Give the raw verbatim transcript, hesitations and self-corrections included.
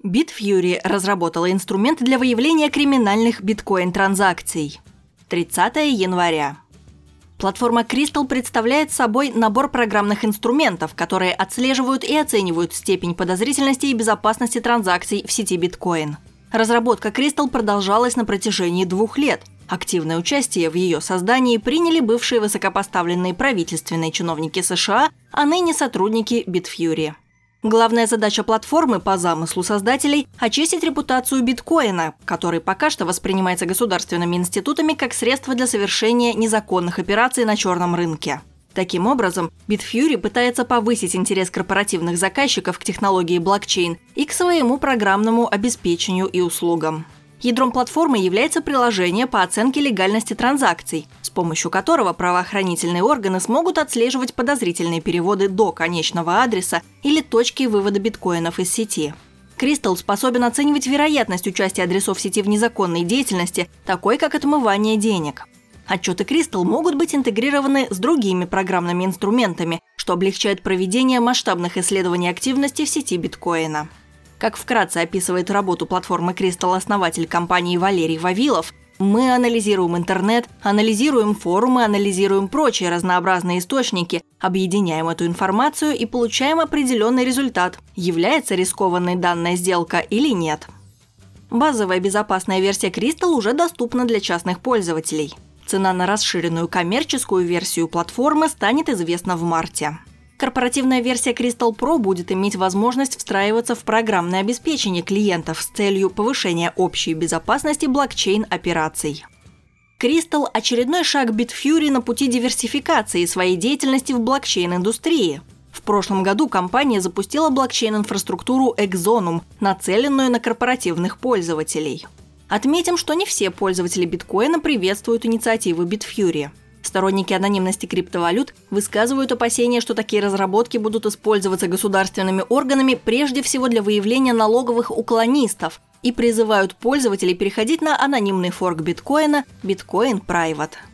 Bitfury разработала инструмент для выявления криминальных биткоин-транзакций. тридцатого января. Платформа Crystal представляет собой набор программных инструментов, которые отслеживают и оценивают степень подозрительности и безопасности транзакций в сети биткоин. Разработка Crystal продолжалась на протяжении двух лет. Активное участие в ее создании приняли бывшие высокопоставленные правительственные чиновники США, а ныне сотрудники Bitfury. Главная задача платформы по замыслу создателей – очистить репутацию биткоина, который пока что воспринимается государственными институтами как средство для совершения незаконных операций на черном рынке. Таким образом, Bitfury пытается повысить интерес корпоративных заказчиков к технологии блокчейн и к своему программному обеспечению и услугам. Ядром платформы является приложение по оценке легальности транзакций, с помощью которого правоохранительные органы смогут отслеживать подозрительные переводы до конечного адреса или точки вывода биткоинов из сети. Crystal способен оценивать вероятность участия адресов в сети в незаконной деятельности, такой как отмывание денег. Отчеты Crystal могут быть интегрированы с другими программными инструментами, что облегчает проведение масштабных исследований активности в сети биткоина. Как вкратце описывает работу платформы Crystal основатель компании Валерий Вавилов, мы анализируем интернет, анализируем форумы, анализируем прочие разнообразные источники, объединяем эту информацию и получаем определенный результат, является рискованной данная сделка или нет. Базовая безопасная версия Crystal уже доступна для частных пользователей. Цена на расширенную коммерческую версию платформы станет известна в марте. Корпоративная версия Crystal Pro будет иметь возможность встраиваться в программное обеспечение клиентов с целью повышения общей безопасности блокчейн-операций. Crystal – очередной шаг Bitfury на пути диверсификации своей деятельности в блокчейн-индустрии. В прошлом году компания запустила блокчейн-инфраструктуру Exonum, нацеленную на корпоративных пользователей. Отметим, что не все пользователи биткоина приветствуют инициативы Bitfury. Сторонники анонимности криптовалют высказывают опасения, что такие разработки будут использоваться государственными органами прежде всего для выявления налоговых уклонистов и призывают пользователей переходить на анонимный форк биткоина Bitcoin Private.